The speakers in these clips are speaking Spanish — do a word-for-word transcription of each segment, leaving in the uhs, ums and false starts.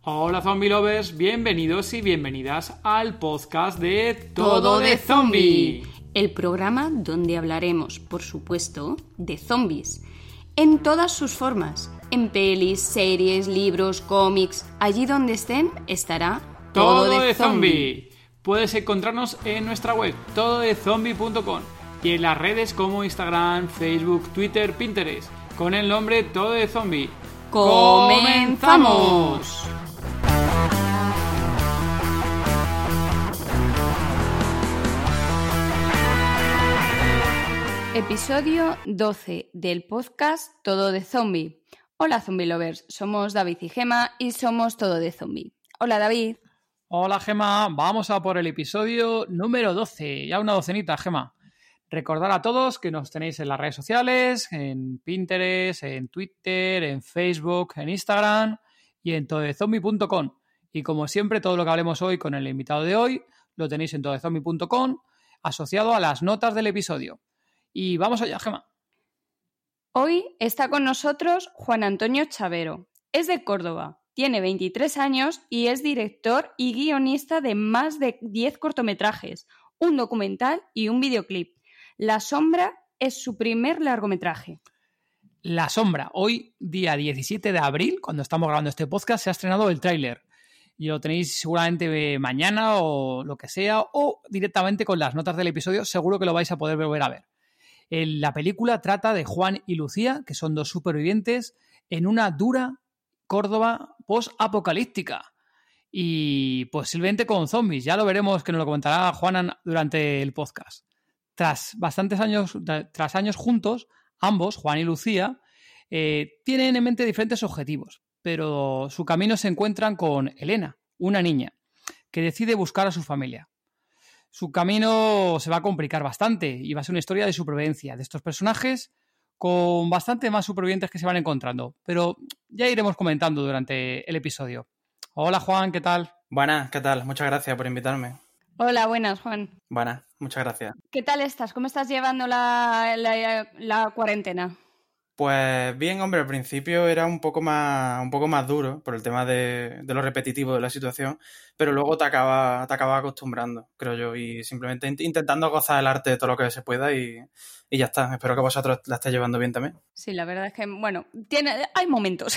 Hola Zombie Lovers, bienvenidos y bienvenidas al podcast de Todo de Zombie. El programa donde hablaremos, por supuesto, de zombies. En todas sus formas. En pelis, series, libros, cómics. Allí donde estén, estará Todo, Todo de Zombie. Zombie. Puedes encontrarnos en nuestra web, todo de zombie punto com, y en las redes como Instagram, Facebook, Twitter, Pinterest, con el nombre Todo de Zombie. ¡Comenzamos! Episodio doce del podcast Todo de Zombie. Hola Zombie Lovers, somos David y Gema y somos Todo de Zombie. Hola David. Hola Gema, vamos a por el episodio número doce, ya una docenita Gema. Recordad a todos que nos tenéis en las redes sociales, en Pinterest, en Twitter, en Facebook, en Instagram y en todo de zombie punto com. Y como siempre, todo lo que hablemos hoy con el invitado de hoy lo tenéis en todo de zombie punto com asociado a las notas del episodio. Y vamos allá, Gema. Hoy está con nosotros Juan Antonio Chavero. Es de Córdoba, tiene veintitrés años y es director y guionista de más de diez cortometrajes, un documental y un videoclip. La Sombra es su primer largometraje. La Sombra. Hoy, día diecisiete de abril, cuando estamos grabando este podcast, se ha estrenado el tráiler. Y lo tenéis seguramente mañana o lo que sea, o directamente con las notas del episodio, seguro que lo vais a poder volver a ver. La película trata de Juan y Lucía, que son dos supervivientes en una dura Córdoba post-apocalíptica. Y posiblemente con zombies. Ya lo veremos, que nos lo comentará Juanan durante el podcast. Tras bastantes años, tras años juntos, ambos, Juan y Lucía, eh, tienen en mente diferentes objetivos, pero su camino se encuentran con Elena, una niña, que decide buscar a su familia. Su camino se va a complicar bastante y va a ser una historia de supervivencia de estos personajes con bastante más supervivientes que se van encontrando, pero ya iremos comentando durante el episodio. Hola Juan, ¿qué tal? Buenas, ¿qué tal? Muchas gracias por invitarme. Hola, buenas Juan. Buenas, muchas gracias. ¿Qué tal estás? ¿Cómo estás llevando la, la, la cuarentena? Pues bien, hombre, al principio era un poco más, un poco más duro por el tema de, de lo repetitivo de la situación, pero luego te acaba, te acaba acostumbrando, creo yo, y simplemente intentando gozar el arte de todo lo que se pueda y, y ya está. Espero que vosotros la estéis llevando bien también. Sí, la verdad es que, bueno, tiene, hay momentos,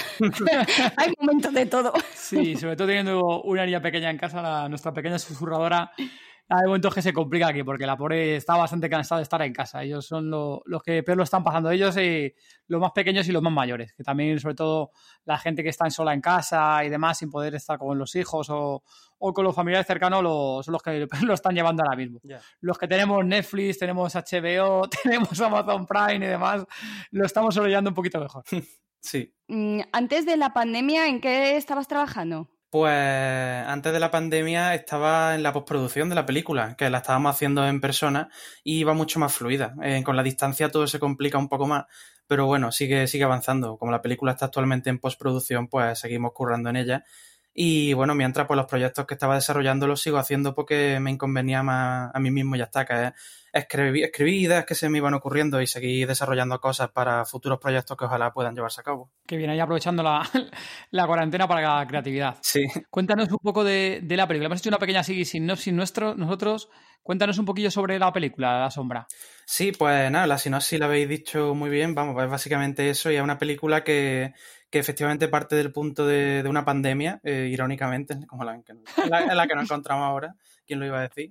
hay momentos de todo. Sí, sobre todo teniendo una niña pequeña en casa, la, nuestra pequeña susurradora. Hay momentos que se complica aquí porque la pobre está bastante cansada de estar en casa. Ellos son lo, los que peor lo están pasando, ellos y los más pequeños y los más mayores, que también sobre todo la gente que está sola en casa y demás sin poder estar con los hijos o, o con los familiares cercanos lo, son los que lo están llevando ahora mismo. Yeah. Los que tenemos Netflix, tenemos H B O, tenemos Amazon Prime y demás, lo estamos sobrellevando un poquito mejor. Sí. Antes de la pandemia, ¿en qué estabas trabajando? Pues antes de la pandemia estaba en la postproducción de la película, que la estábamos haciendo en persona y iba mucho más fluida. Eh, con la distancia todo se complica un poco más, pero bueno, sigue, sigue avanzando. Como la película está actualmente en postproducción, pues seguimos currando en ella. Y bueno, mientras pues los proyectos que estaba desarrollando los sigo haciendo porque me inconvenía más a mí mismo y ya está, que es escribir, escribir ideas que se me iban ocurriendo y seguir desarrollando cosas para futuros proyectos que ojalá puedan llevarse a cabo. Que viene ahí aprovechando la, la cuarentena para la creatividad. Sí. Cuéntanos un poco de, de la película. Hemos hecho una pequeña sinopsis nuestro, nosotros. Cuéntanos un poquillo sobre la película, La Sombra. Sí, pues nada, la sinopsis la habéis dicho muy bien. Vamos, pues básicamente eso, y es una película que... que efectivamente parte del punto de, de una pandemia, eh, irónicamente, como la, en la, en la que nos encontramos ahora, ¿quién lo iba a decir?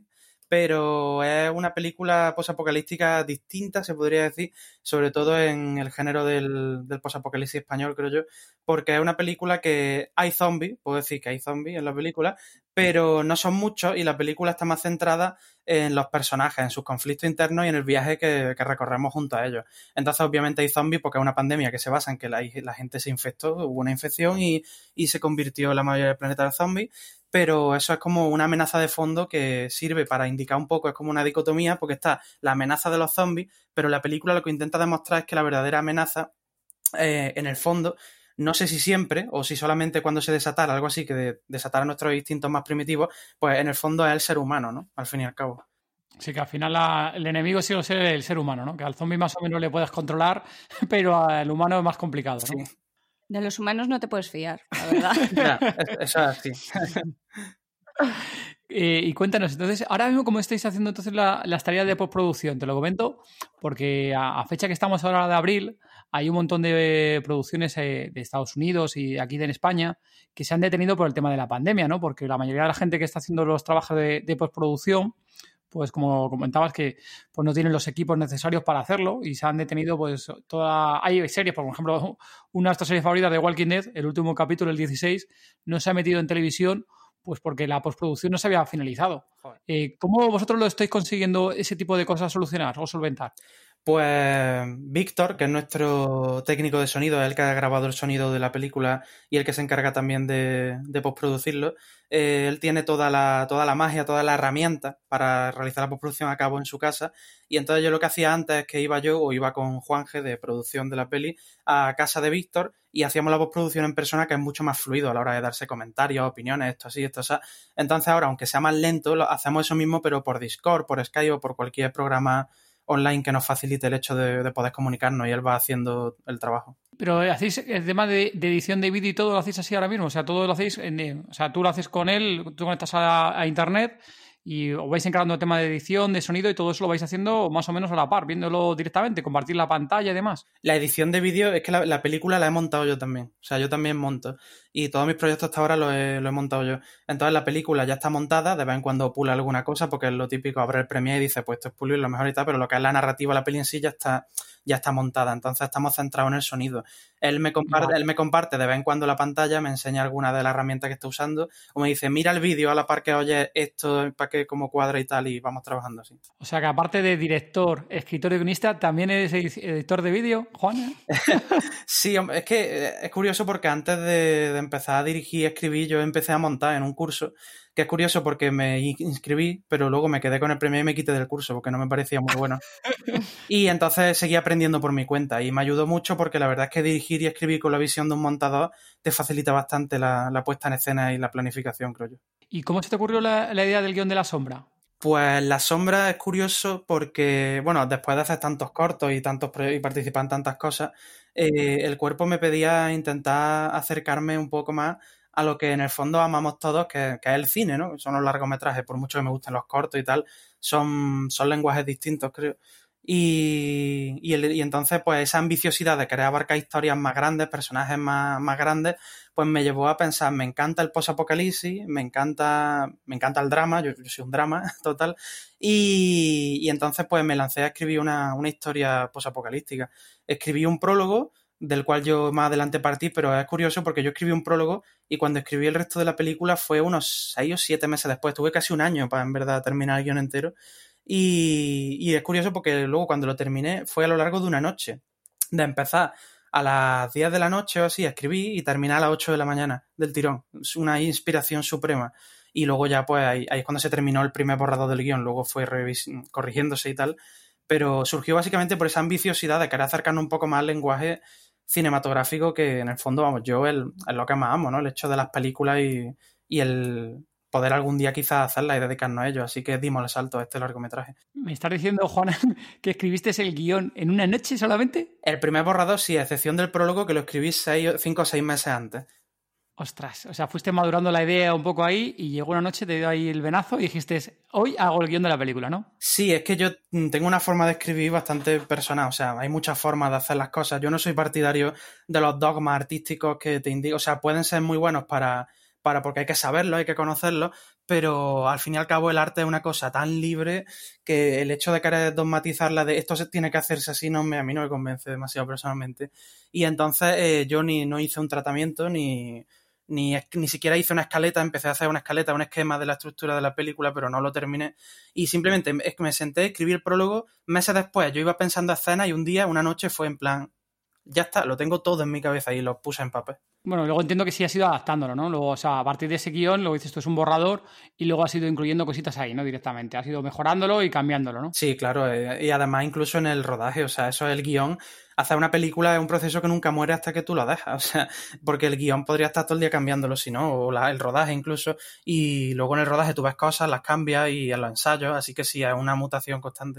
Pero es una película posapocalíptica distinta, se podría decir, sobre todo en el género del, del posapocalipsis español, creo yo, porque es una película que hay zombies, puedo decir que hay zombies en la película, pero no son muchos y la película está más centrada en los personajes, en sus conflictos internos y en el viaje que, que recorremos junto a ellos. Entonces, obviamente hay zombies porque es una pandemia que se basa en que la, la gente se infectó, hubo una infección y, y se convirtió en la mayoría del planeta en zombies, pero eso es como una amenaza de fondo que sirve para indicar un poco, es como una dicotomía, porque está la amenaza de los zombies, pero la película lo que intenta demostrar es que la verdadera amenaza, eh, en el fondo, no sé si siempre o si solamente cuando se desatara algo así que de, desatara nuestros instintos más primitivos, pues en el fondo es el ser humano, ¿no? Al fin y al cabo. Sí, que al final la, el enemigo sigue siendo el ser humano, ¿no? Que al zombie más o menos le puedes controlar, pero al humano es más complicado, ¿no? Sí. De los humanos no te puedes fiar, la verdad. Ya, eso es así. Eh, y cuéntanos, entonces, ahora mismo, ¿cómo estáis haciendo entonces la, las tareas de postproducción? Te lo comento porque a, a fecha que estamos ahora de abril, hay un montón de producciones eh, de Estados Unidos y aquí de en España que se han detenido por el tema de la pandemia, ¿no? Porque la mayoría de la gente que está haciendo los trabajos de, de postproducción, pues como comentabas, que pues no tienen los equipos necesarios para hacerlo y se han detenido, pues, toda... Hay series, por ejemplo, una de nuestras series favoritas de Walking Dead, el último capítulo, el dieciséis, no se ha metido en televisión pues porque la postproducción no se había finalizado. Eh, ¿Cómo vosotros lo estáis consiguiendo ese tipo de cosas solucionar o solventar? Pues Víctor, que es nuestro técnico de sonido, es el que ha grabado el sonido de la película y el que se encarga también de, de postproducirlo, eh, él tiene toda la, toda la magia, toda la herramienta para realizar la postproducción a cabo en su casa, y entonces yo lo que hacía antes es que iba yo o iba con Juanje de producción de la peli a casa de Víctor y hacíamos la postproducción en persona, que es mucho más fluido a la hora de darse comentarios, opiniones, esto así, esto así. Entonces ahora, aunque sea más lento, lo, hacemos eso mismo pero por Discord, por Skype o por cualquier programa online que nos facilite el hecho de, de poder comunicarnos, y él va haciendo el trabajo. Pero hacéis el tema de, de edición de vídeo y todo lo hacéis así ahora mismo, o sea, todo lo hacéis, en, o sea, tú lo haces con él, tú conectas a, a internet y os vais encargando el tema de edición, de sonido, y todo eso lo vais haciendo más o menos a la par, viéndolo directamente, compartir la pantalla y demás. La edición de vídeo, es que la, la película la he montado yo también, o sea, yo también monto, y todos mis proyectos hasta ahora lo he, lo he montado yo. Entonces la película ya está montada, de vez en cuando pula alguna cosa, porque es lo típico, abre el Premiere y dice, pues esto es pulir lo mejor y tal, pero lo que es la narrativa, la peli en sí ya está, ya está montada, entonces estamos centrados en el sonido. Él me comparte, vale. él me comparte de vez en cuando la pantalla, me enseña alguna de las herramientas que está usando, o me dice, mira el vídeo a la par que oyes esto, para que como cuadra y tal, y vamos trabajando así. O sea que aparte de director, escritor y guionista, ¿también eres editor de vídeo, Juan? Sí, es que es curioso porque antes de, de empezar a dirigir y escribir, yo empecé a montar en un curso, que es curioso porque me inscribí, pero luego me quedé con el Premiere y me quité del curso porque no me parecía muy bueno. Y entonces seguí aprendiendo por mi cuenta y me ayudó mucho porque la verdad es que dirigir y escribir con la visión de un montador te facilita bastante la, la puesta en escena y la planificación, creo yo. ¿Y cómo se te ocurrió la, la idea del guión de La Sombra? Pues La Sombra es curioso porque, bueno, después de hacer tantos cortos y tantos y participar en tantas cosas, eh, el cuerpo me pedía intentar acercarme un poco más a lo que en el fondo amamos todos, que, que es el cine, ¿no? Son los largometrajes, por mucho que me gusten los cortos y tal, son, son lenguajes distintos, creo. Y, y, el, y entonces, pues esa ambiciosidad de querer abarcar historias más grandes, personajes más, más grandes, pues me llevó a pensar, me encanta el post-apocalipsis, me encanta, me encanta el drama, yo, yo soy un drama total, y, y entonces pues me lancé a escribir una, una historia post-apocalíptica. Escribí un prólogo, del cual yo más adelante partí, pero es curioso porque yo escribí un prólogo y cuando escribí el resto de la película fue unos seis o siete meses después, tuve casi un año para en verdad terminar el guión entero. Y, y es curioso porque luego cuando lo terminé fue a lo largo de una noche, de empezar a las diez de la noche o así a escribir y terminar a las ocho de la mañana del tirón. Es una inspiración suprema. Y luego ya pues ahí, ahí es cuando se terminó el primer borrador del guión, luego fue revis- corrigiéndose y tal, pero surgió básicamente por esa ambiciosidad de querer acercarnos un poco más al lenguaje cinematográfico, que en el fondo, vamos, yo es lo que más amo, ¿no? El hecho de las películas y, y el poder algún día quizás hacerla y dedicarnos a ello, así que dimos el salto a este largometraje. ¿Me estás diciendo, Juana, que escribiste el guión en una noche solamente? El primer borrador sí, a excepción del prólogo que lo escribí seis, cinco o seis meses antes. Ostras, o sea, fuiste madurando la idea un poco ahí y llegó una noche, te dio ahí el venazo y dijiste, hoy hago el guión de la película, ¿no? Sí, es que yo tengo una forma de escribir bastante personal, o sea, hay muchas formas de hacer las cosas. Yo no soy partidario de los dogmas artísticos que te indico, o sea, pueden ser muy buenos para... para porque hay que saberlo, hay que conocerlo, pero al fin y al cabo el arte es una cosa tan libre que el hecho de querer dogmatizarla de esto se tiene que hacerse así, no me, a mí no me convence demasiado personalmente. Y entonces eh, yo ni no hice un tratamiento, ni, ni, ni siquiera hice una escaleta, empecé a hacer una escaleta, un esquema de la estructura de la película, pero no lo terminé. Y simplemente me senté, escribí el prólogo, meses después yo iba pensando escenas y un día, una noche fue en plan, ya está, lo tengo todo en mi cabeza y lo puse en papel. Bueno, luego entiendo que sí has ido adaptándolo, ¿no? Luego, o sea, a partir de ese guión, luego dices, esto es un borrador y luego has ido incluyendo cositas ahí, ¿no? Directamente. Has ido mejorándolo y cambiándolo, ¿no? Sí, claro. Eh, y además incluso en el rodaje, o sea, eso es el guión. Hacer una película es un proceso que nunca muere hasta que tú lo dejas, o sea, porque el guión podría estar todo el día cambiándolo, si no, o la, el rodaje incluso, y luego en el rodaje tú ves cosas, las cambias y en los ensayos, así que sí, es una mutación constante.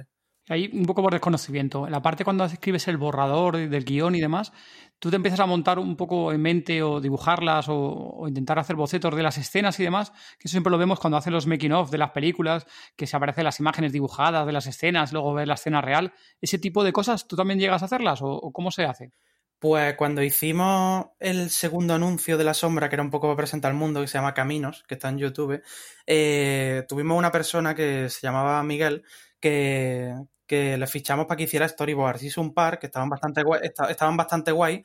Hay un poco por desconocimiento. En la parte cuando escribes el borrador del guión y demás, tú te empiezas a montar un poco en mente o dibujarlas o, o intentar hacer bocetos de las escenas y demás, que eso siempre lo vemos cuando hacen los making of de las películas, que se aparecen las imágenes dibujadas de las escenas, luego ves la escena real. ¿Ese tipo de cosas tú también llegas a hacerlas o, o cómo se hace? Pues cuando hicimos el segundo anuncio de La Sombra, que era un poco para presentar al mundo, que se llama Caminos, que está en YouTube, eh, tuvimos una persona que se llamaba Miguel, que, que le fichamos para que hiciera storyboards. Hizo un par que estaban bastante guay, estaban bastante guay,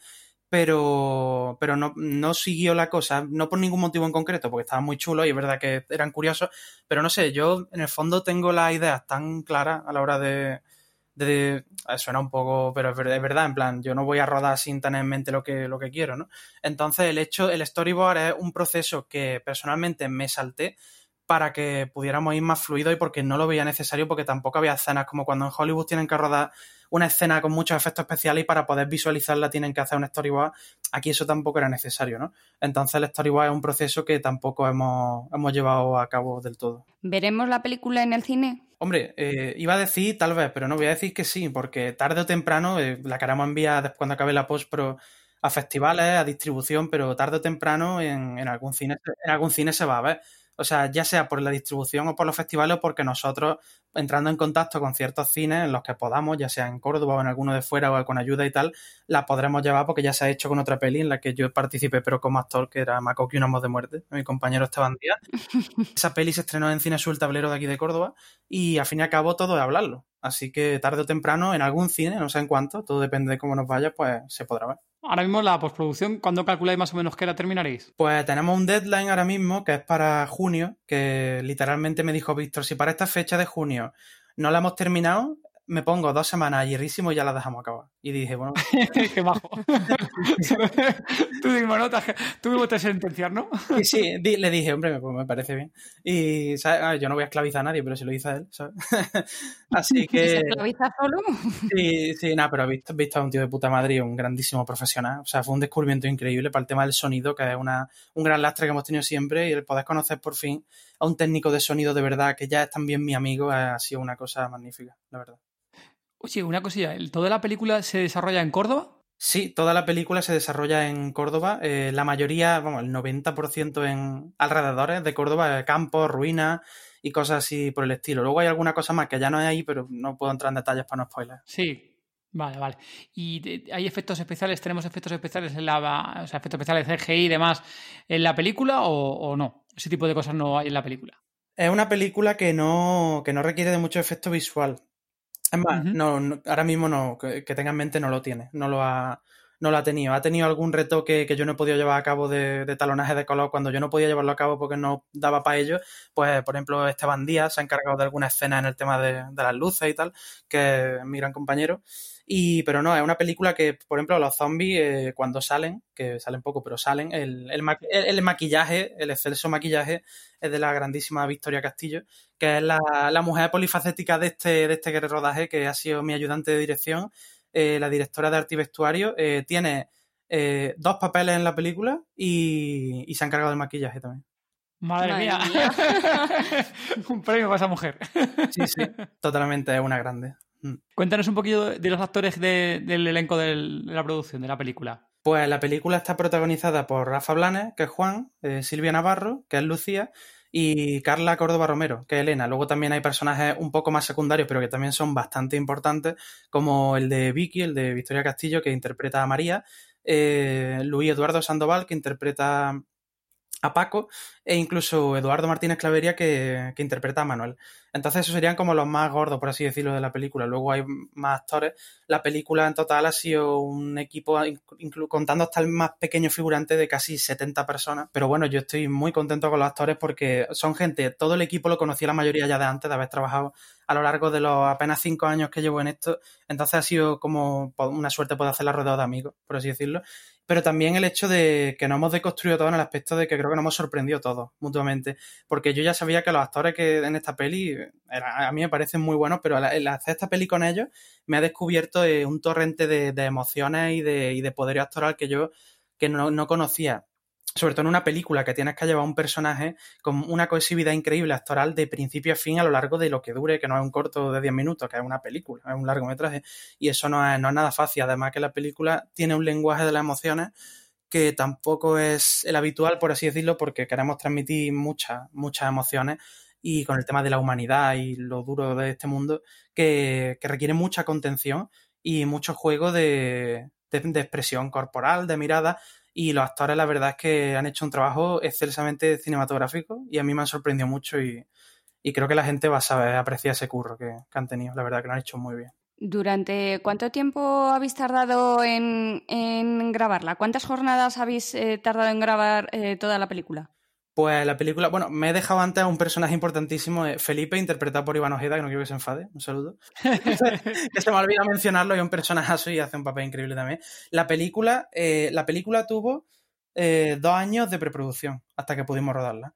pero, pero no, no siguió la cosa, no por ningún motivo en concreto, porque estaban muy chulos y es verdad que eran curiosos, pero no sé, yo en el fondo tengo las ideas tan claras a la hora de... De, suena un poco, pero es verdad, es verdad, en plan, yo no voy a rodar sin tener en mente lo que, lo que quiero, ¿no? Entonces, el hecho, el storyboard es un proceso que personalmente me salté para que pudiéramos ir más fluido y porque no lo veía necesario, porque tampoco había escenas como cuando en Hollywood tienen que rodar una escena con muchos efectos especiales y para poder visualizarla tienen que hacer un storyboard. Aquí eso tampoco era necesario, ¿no? Entonces el storyboard es un proceso que tampoco hemos, hemos llevado a cabo del todo. ¿Veremos la película en el cine? Hombre, eh, iba a decir tal vez, pero no voy a decir que sí, porque tarde o temprano eh, la queremos enviar después cuando acabe la post-pro a festivales, a distribución, pero tarde o temprano en, en algún cine, en algún cine se va a ver. O sea, ya sea por la distribución o por los festivales o porque nosotros, entrando en contacto con ciertos cines en los que podamos, ya sea en Córdoba o en alguno de fuera o con ayuda y tal, la podremos llevar porque ya se ha hecho con otra peli en la que yo participé, pero como actor, que era Macoqui, un amo de muerte, mi compañero Esteban Díaz. Esa peli se estrenó en Cine Sur Tablero de aquí de Córdoba y al fin y al cabo todo es hablarlo. Así que tarde o temprano en algún cine, no sé en cuánto, todo depende de cómo nos vaya, pues se podrá ver. Ahora mismo la postproducción, ¿cuándo calculáis más o menos que la terminaréis? Pues tenemos un deadline ahora mismo que es para junio, que literalmente me dijo Víctor, si para esta fecha de junio no la hemos terminado, me pongo dos semanas hierrísimo y ya la dejamos acabar. Y dije, bueno... ¡Qué bajo! Tú mismo, ¿no? Tú mismo te sentencias, ¿no? Y sí, di, le dije, hombre, pues me parece bien. Y, ¿sabes? Yo no voy a esclavizar a nadie, pero si lo hizo él, ¿sabes? Así que... ¿Se esclaviza solo? Sí, sí, nada, pero Víctor, Víctor es un tío de puta madre y un grandísimo profesional. O sea, fue un descubrimiento increíble para el tema del sonido, que es una, un gran lastre que hemos tenido siempre, y el poder conocer por fin a un técnico de sonido de verdad, que ya es también mi amigo, ha sido una cosa magnífica, la verdad. Oye, una cosilla, ¿toda la película se desarrolla en Córdoba? Sí, toda la película se desarrolla en Córdoba, eh, la mayoría, vamos, el noventa por ciento en alrededores de Córdoba, campos, ruinas y cosas así por el estilo. Luego hay alguna cosa más que ya no hay ahí, pero no puedo entrar en detalles para no spoiler. Sí, vale, vale. ¿Y hay efectos especiales? ¿Tenemos efectos especiales en la, o sea, efectos especiales C G I y demás en la película o, o no? Ese tipo de cosas no hay en la película. Es una película que no, que no requiere de mucho efecto visual. Es más, uh-huh. no, no, ahora mismo no, que, que tenga en mente no lo tiene, no lo ha, no lo ha tenido. Ha tenido algún retoque que yo no he podido llevar a cabo de, de talonaje de color cuando yo no podía llevarlo a cabo porque no daba para ello. Pues, por ejemplo, Esteban Díaz se ha encargado de alguna escena en el tema de, de las luces y tal, que es mi gran compañero. Y, pero no, es una película que, por ejemplo, los zombies, eh, cuando salen, que salen poco, pero salen, el, el, maqui- el, el maquillaje, el excelso maquillaje es de la grandísima Victoria Castillo, que es la, la mujer polifacética de este, de este rodaje, que ha sido mi ayudante de dirección, eh, la directora de arte y vestuario. Eh, tiene eh, dos papeles en la película y, y se ha encargado del maquillaje también. Madre, Madre mía, mía. Un premio para esa mujer. Sí, sí, totalmente, es una grande. Cuéntanos un poquito de los actores de, del elenco de la producción de la película. Pues la película está protagonizada por Rafa Blanes, que es Juan, eh, Silvia Navarro, que es Lucía, y Carla Córdoba Romero, que es Elena. Luego también hay personajes un poco más secundarios, pero que también son bastante importantes, como el de Vicky, el de Victoria Castillo, que interpreta a María, eh, Luis Eduardo Sandoval, que interpreta a Paco, e incluso Eduardo Martínez Clavería, que, que interpreta a Manuel. Entonces esos serían como los más gordos, por así decirlo, de la película. Luego hay más actores. La película en total ha sido un equipo, inclu- contando hasta el más pequeño figurante, de casi setenta personas. Pero bueno, yo estoy muy contento con los actores porque son gente, todo el equipo lo conocía la mayoría ya de antes, de haber trabajado a lo largo de los apenas cinco años que llevo en esto. Entonces ha sido como una suerte poder hacerla rodeado de amigos, por así decirlo. Pero también el hecho de que nos hemos deconstruido todo en el aspecto de que creo que nos hemos sorprendido todos mutuamente, porque yo ya sabía que los actores que en esta peli era, a mí me parecen muy buenos, pero al hacer esta peli con ellos me ha descubierto eh, un torrente de, de emociones y de, y de poderío actoral que yo que no, no conocía. sobre todo en una película que tienes que llevar un personaje con una cohesividad increíble actoral de principio a fin a lo largo de lo que dure, que no es un corto de diez minutos, que es una película, es un largometraje, y eso no es, no es nada fácil. Además que la película tiene un lenguaje de las emociones que tampoco es el habitual, por así decirlo, porque queremos transmitir muchas, muchas emociones, y con el tema de la humanidad y lo duro de este mundo, que, que requiere mucha contención y mucho juego de, de, de expresión corporal, de mirada, y los actores la verdad es que han hecho un trabajo excelsamente cinematográfico y a mí me han sorprendido mucho, y, y creo que la gente va a saber apreciar ese curro que, que han tenido, la verdad que lo han hecho muy bien. ¿Durante cuánto tiempo habéis tardado en, en grabarla? ¿Cuántas jornadas habéis eh, tardado en grabar eh, toda la película? Pues la película, bueno, me he dejado antes a un personaje importantísimo, eh, Felipe, interpretado por Iván Ojeda, que no quiero que se enfade, un saludo. Que se me ha olvidado mencionarlo, es un personaje y hace un papel increíble también. La película, eh, la película tuvo eh, dos años de preproducción hasta que pudimos rodarla.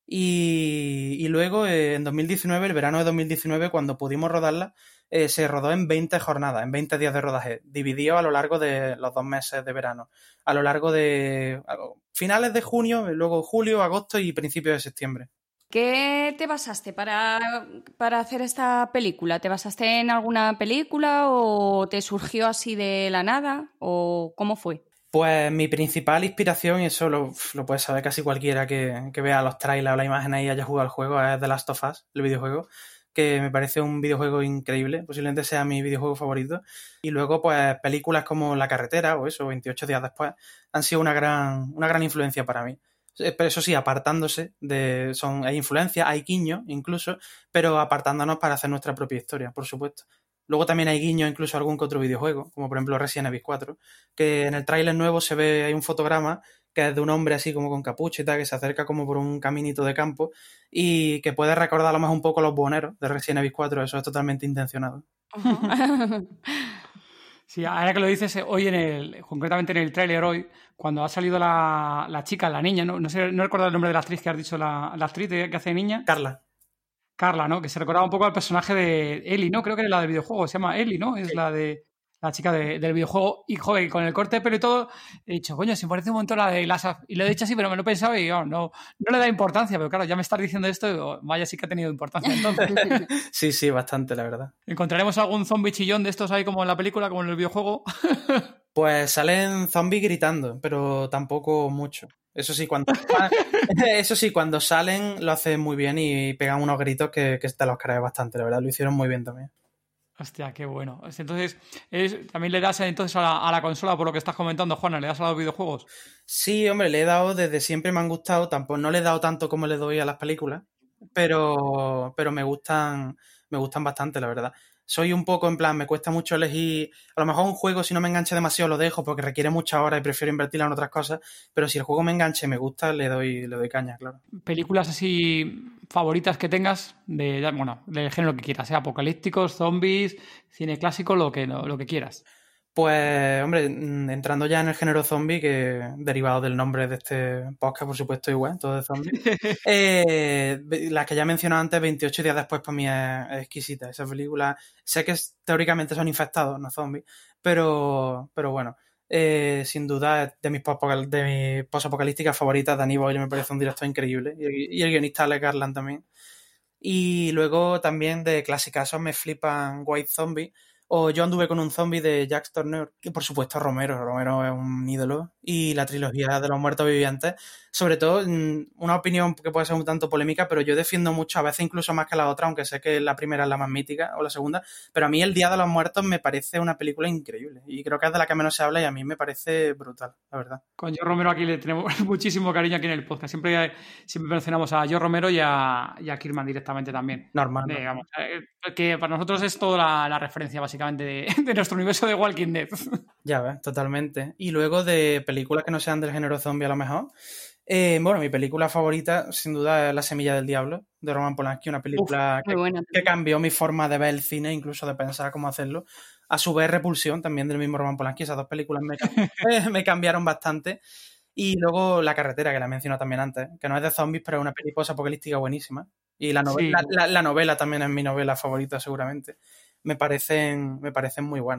Y, y luego, eh, en dos mil diecinueve, el verano de dos mil diecinueve, cuando pudimos rodarla, eh, se rodó en veinte jornadas, en veinte días de rodaje, dividido a lo largo de los dos meses de verano, a lo largo de a lo, finales de junio, luego julio, agosto y principios de septiembre. ¿Qué te basaste para, para hacer esta película? ¿Te basaste en alguna película o te surgió así de la nada? ¿O cómo fue? Pues mi principal inspiración, y eso lo, lo puede saber casi cualquiera que, que vea los trailers o las imágenes y haya jugado al juego, es The Last of Us, el videojuego, que me parece un videojuego increíble, posiblemente sea mi videojuego favorito. Y luego, pues, películas como La Carretera, o eso, veintiocho días después, han sido una gran, una gran influencia para mí. Pero eso sí, apartándose de... son hay influencias, hay guiños incluso, pero apartándonos para hacer nuestra propia historia, por supuesto. Luego también hay guiños incluso a algún que otro videojuego, como por ejemplo Resident Evil cuatro, que en el tráiler nuevo se ve, hay un fotograma que es de un hombre así como con capucha y tal, que se acerca como por un caminito de campo y que puede recordar a lo mejor un poco los buhoneros de Resident Evil cuatro, eso es totalmente intencionado. Uh-huh. Sí, ahora que lo dices, hoy en el, concretamente en el tráiler hoy, cuando ha salido la, la chica, la niña, no, no sé, no recuerdo el nombre de la actriz que has dicho, la, la actriz de, que hace niña. Carla. Carla, ¿no? Que se recordaba un poco al personaje de Ellie, ¿no? Creo que era la del videojuego, se llama Ellie, ¿no? Es sí. la de la chica de, del videojuego. Y, joder, con el corte de pelo y todo, he dicho, coño, se me parece un montón la de Last of Us. Y lo he dicho así, pero me lo he pensado y oh, no, no le da importancia. Pero claro, ya me estás diciendo esto y oh, vaya, sí que ha tenido importancia entonces. Sí, sí, bastante, la verdad. ¿Encontraremos algún zombie chillón de estos ahí como en la película, como en el videojuego? Pues salen zombies gritando, pero tampoco mucho. Eso sí, cuando eso sí, cuando salen lo hacen muy bien y pegan unos gritos que, que te los crees bastante, la verdad, lo hicieron muy bien también. Hostia, qué bueno. Entonces, es, ¿también le das entonces a la, a la consola por lo que estás comentando, Juana? ¿Le das a los videojuegos? Sí, hombre, le he dado, desde siempre me han gustado, tampoco no le he dado tanto como le doy a las películas, pero, pero me gustan, me gustan bastante, la verdad. Soy un poco en plan, me cuesta mucho elegir, a lo mejor un juego si no me engancha demasiado lo dejo porque requiere mucha hora y prefiero invertirla en otras cosas, pero si el juego me engancha y me gusta, le doy, le doy caña, claro. ¿Películas así favoritas que tengas? De, bueno, del género que quieras, sea apocalípticos, zombies, cine clásico, lo que, lo, lo que quieras. Pues, hombre, entrando ya en el género zombie, que derivado del nombre de este podcast, por supuesto, igual, todo de zombie. eh, las que ya he mencionado antes, veintiocho días después, para mí es, es exquisita. Esa película, sé que es, teóricamente son infectados, no zombies, pero, pero bueno, eh, sin duda es de mis posapocalípticas favoritas. Danny Boyle me parece un director increíble, y, y el guionista Alex Garland también. Y luego también de clasicazos me flipan White Zombie, o Yo anduve con un zombie de Jacques Tourneur, y por supuesto Romero, Romero es un ídolo, y la trilogía de los muertos vivientes. Sobre todo, una opinión que puede ser un tanto polémica, pero yo defiendo mucho, a veces incluso más que la otra, aunque sé que la primera es la más mítica, o la segunda, pero a mí El Día de los Muertos me parece una película increíble, y creo que es de la que menos se habla, y a mí me parece brutal, la verdad. Con Joe Romero aquí le tenemos muchísimo cariño aquí en el podcast, siempre, siempre mencionamos a Joe Romero y a, y a Kirkman directamente también. Normal. De, digamos, que para nosotros es toda la, la referencia, básicamente, De, de nuestro universo de Walking Dead. Ya ves, totalmente. Y luego de películas que no sean del género zombie a lo mejor, eh, bueno, mi película favorita sin duda es La Semilla del Diablo, de Roman Polanski, una película Uf, que, buena, que cambió mi forma de ver el cine, incluso de pensar cómo hacerlo. A su vez, Repulsión, también del mismo Roman Polanski. Esas dos películas me, me cambiaron bastante. Y luego La Carretera, que la he mencionado también antes, que no es de zombies, pero es una película apocalíptica buenísima. Y la novela, sí. la, la, la novela también es mi novela favorita, seguramente. Me parecen, me parecen muy buenas.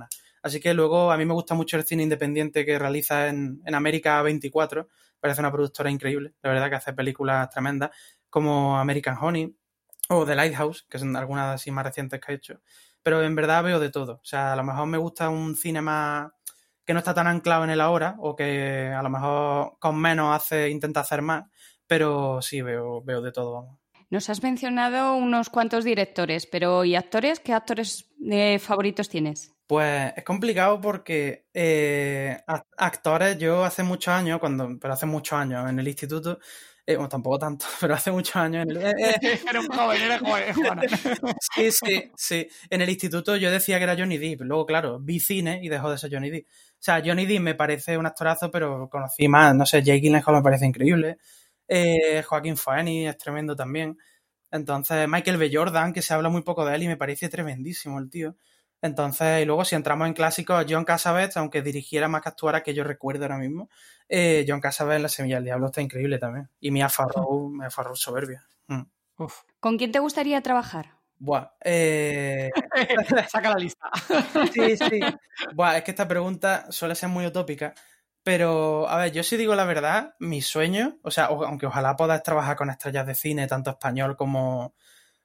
Así que luego a mí me gusta mucho el cine independiente que realiza en, en América veinticuatro. Parece una productora increíble, la verdad que hace películas tremendas, como American Honey o The Lighthouse, que son algunas así más recientes que ha hecho. Pero en verdad veo de todo. O sea, a lo mejor me gusta un cine más que no está tan anclado en el ahora, o que a lo mejor con menos hace intenta hacer más, pero sí veo, veo de todo, vamos. Nos has mencionado unos cuantos directores, pero ¿y actores? ¿Qué actores eh, favoritos tienes? Pues es complicado porque eh, actores, yo hace muchos años, cuando, pero hace muchos años en el instituto, eh, bueno, tampoco tanto, pero hace muchos años en el... Eh, eh. Era un joven, era joven, Juana. Sí, sí, sí. En el instituto yo decía que era Johnny Depp, luego, claro, vi cine y dejó de ser Johnny Depp. O sea, Johnny Depp me parece un actorazo, pero conocí más, no sé, Jake Gyllenhaal me parece increíble, eh, Joaquín Phoenix es tremendo también. Entonces, Michael B. Jordan, que se habla muy poco de él y me parece tremendísimo el tío. Entonces, y luego si entramos en clásicos, John Cassavetes, aunque dirigiera más que actuara, que yo recuerdo ahora mismo, eh, John Cassavetes en La Semilla del Diablo está increíble también. Y Mia Farrow, Mia Farrow soberbia. Mm. Uf. ¿Con quién te gustaría trabajar? Buah, eh... Saca la lista. Sí, sí. Buah, es que esta pregunta suele ser muy utópica, pero, a ver, yo sí digo la verdad, mi sueño, o sea, aunque ojalá podáis trabajar con estrellas de cine, tanto español como...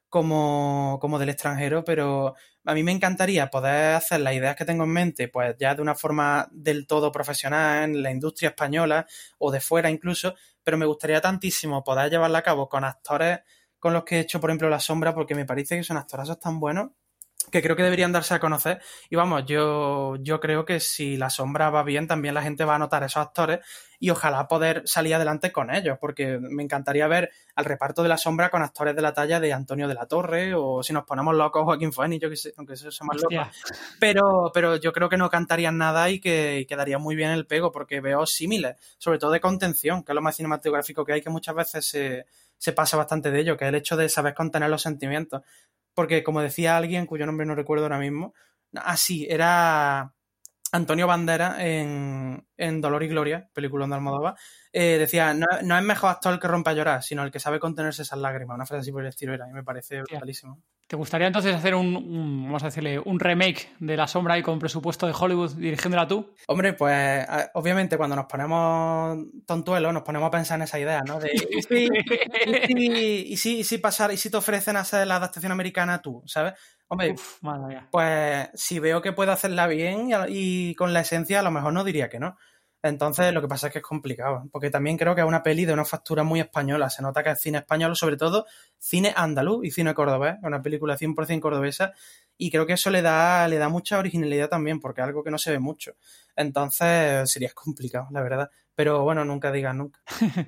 Como, como del extranjero, pero a mí me encantaría poder hacer las ideas que tengo en mente, pues ya de una forma del todo profesional en la industria española o de fuera incluso, pero me gustaría tantísimo poder llevarla a cabo con actores con los que he hecho, por ejemplo, La Sombra, porque me parece que son actorazos tan buenos que creo que deberían darse a conocer. Y vamos, yo, yo creo que si La Sombra va bien, también la gente va a notar a esos actores y ojalá poder salir adelante con ellos, porque me encantaría ver al reparto de La Sombra con actores de la talla de Antonio de la Torre, o si nos ponemos locos, Joaquín Phoenix, yo que sé, aunque eso sea más loco. Pero, pero yo creo que no cantarían nada y que y quedaría muy bien el pego, porque veo símiles, sobre todo de contención, que es lo más cinematográfico que hay, que muchas veces se, se pasa bastante de ello, que es el hecho de saber contener los sentimientos. Porque, como decía alguien, cuyo nombre no recuerdo ahora mismo, ah, sí, era Antonio Banderas en, en Dolor y Gloria, película de Almodóvar, eh, decía, no, no es mejor actor el que rompe a llorar, sino el que sabe contenerse esas lágrimas. Una frase así por el estilo era, y me parece brutalísimo. ¿Te gustaría entonces hacer un, un, vamos a decirle, un remake de La Sombra y con presupuesto de Hollywood dirigiéndola tú? Hombre, pues obviamente cuando nos ponemos tontuelos nos ponemos a pensar en esa idea, ¿no? De, ¿y si, y si, y si, y si pasar, y si te ofrecen hacer la adaptación americana tú, ¿sabes? Hombre, Uf, madre mía. Pues si veo que puedo hacerla bien y, y con la esencia, a lo mejor no diría que no. Entonces, lo que pasa es que es complicado, porque también creo que es una peli de una factura muy española. Se nota que es cine español, sobre todo cine andaluz y cine cordobés, una película cien por ciento cordobesa, y creo que eso le da, le da mucha originalidad también, porque es algo que no se ve mucho. Entonces, sería complicado, la verdad. Pero bueno, nunca digas nunca.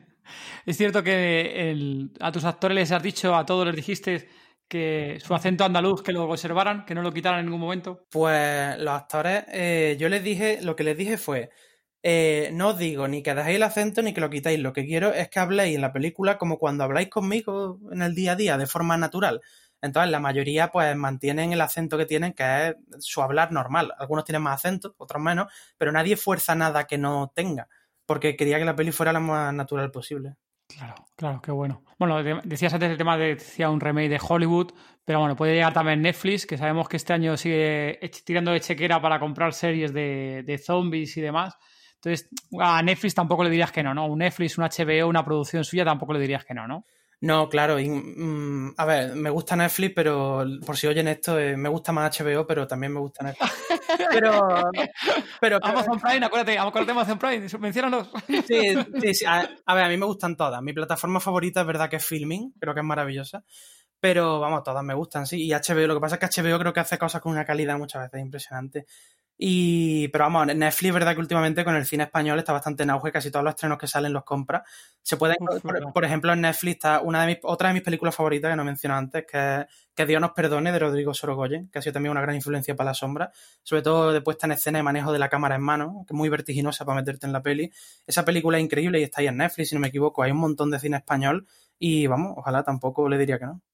Es cierto que el, a tus actores les has dicho, a todos les dijiste que su acento andaluz, que lo conservaran, que no lo quitaran en ningún momento. Pues los actores, eh, yo les dije, lo que les dije fue, eh, no os digo ni que dejéis el acento ni que lo quitéis, lo que quiero es que habléis en la película como cuando habláis conmigo en el día a día, de forma natural. Entonces la mayoría pues mantienen el acento que tienen, que es su hablar normal. Algunos tienen más acento, otros menos, pero nadie fuerza nada que no tenga, porque quería que la peli fuera lo más natural posible. Claro, claro, qué bueno. Bueno, decías antes el tema de decía un remake de Hollywood, pero bueno, puede llegar también Netflix, que sabemos que este año sigue tirando de chequera para comprar series de, de zombies y demás. Entonces, a Netflix tampoco le dirías que no, ¿no? Un Netflix, un H B O, una producción suya, tampoco le dirías que no, ¿no? No, claro. Y, mm, a ver, me gusta Netflix, pero por si oyen esto, eh, me gusta más H B O, pero también me gusta Netflix. Pero, pero Amazon Prime, acuérdate, acuérdate de Amazon Prime, menciónanos. Sí, sí, sí. A, a ver, a mí me gustan todas. Mi plataforma favorita es verdad que es Filmin, creo que es maravillosa. Pero, vamos, todas me gustan, sí. Y H B O, lo que pasa es que H B O creo que hace cosas con una calidad muchas veces impresionante. Y, pero vamos, Netflix, verdad que últimamente con el cine español está bastante en auge, casi todos los estrenos que salen los compra. Se pueden, Uf, por, por ejemplo, en Netflix está una de mis, otra de mis películas favoritas que no mencioné antes, que es Que Dios nos perdone, de Rodrigo Sorogoyen, que ha sido también una gran influencia para La Sombra, sobre todo de puesta en escena y manejo de la cámara en mano, que es muy vertiginosa para meterte en la peli. Esa película es increíble y está ahí en Netflix, si no me equivoco. Hay un montón de cine español y, vamos, ojalá tampoco le diría que no.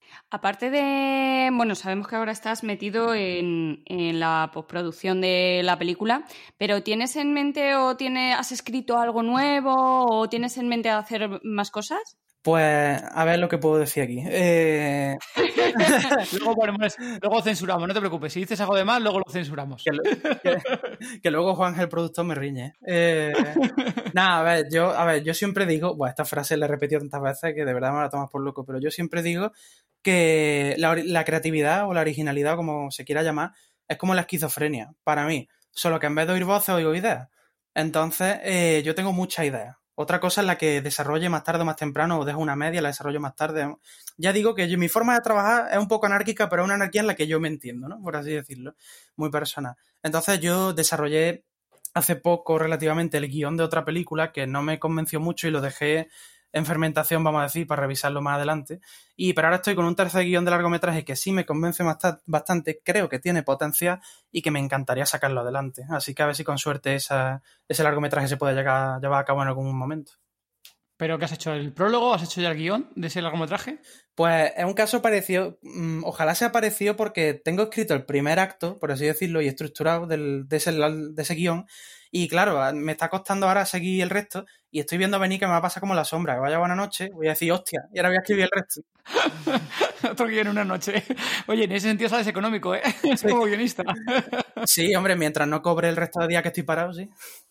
Aparte de, bueno, sabemos que ahora estás metido en, en la postproducción de la película, pero ¿tienes en mente o tiene, has escrito algo nuevo o tienes en mente hacer más cosas? Pues a ver lo que puedo decir aquí. Eh... luego, ponemos, luego censuramos, no te preocupes. Si dices algo de más, luego lo censuramos. Que, lo, que, que luego Juan, el productor, me riñe. Eh... Nada, a ver, yo, a ver, yo siempre digo, bueno, esta frase la he repetido tantas veces que de verdad me la tomas por loco, pero yo siempre digo que la, la creatividad o la originalidad, como se quiera llamar, es como la esquizofrenia, para mí. Solo que en vez de oír voces, oigo ideas. Entonces, eh, yo tengo muchas ideas. Otra cosa es la que desarrolle más tarde o más temprano, o dejo una media, la desarrollo más tarde. Ya digo que yo, mi forma de trabajar es un poco anárquica, pero es una anarquía en la que yo me entiendo, ¿no? Por así decirlo. Muy personal. Entonces yo desarrollé hace poco relativamente el guión de otra película que no me convenció mucho y lo dejé en fermentación, vamos a decir, para revisarlo más adelante. Y pero ahora estoy con un tercer guión de largometraje que sí me convence bastante, creo que tiene potencial y que me encantaría sacarlo adelante. Así que a ver si con suerte esa, ese largometraje se puede llegar, llevar a cabo en algún momento. ¿Pero qué has hecho? ¿El prólogo? ¿Has hecho ya el guión de ese largometraje? Pues es un caso parecido, mmm, ojalá sea parecido porque tengo escrito el primer acto, por así decirlo, y estructurado del, de, ese, de ese guión. Y claro, me está costando ahora seguir el resto y estoy viendo venir que me va a pasar como la sombra, que vaya buena noche, voy a decir, hostia, y ahora voy a escribir el resto. Otro guión en una noche. Oye, en ese sentido sales económico, ¿eh? Sí. Como guionista. Sí, hombre, mientras no cobre el resto de días que estoy parado, sí.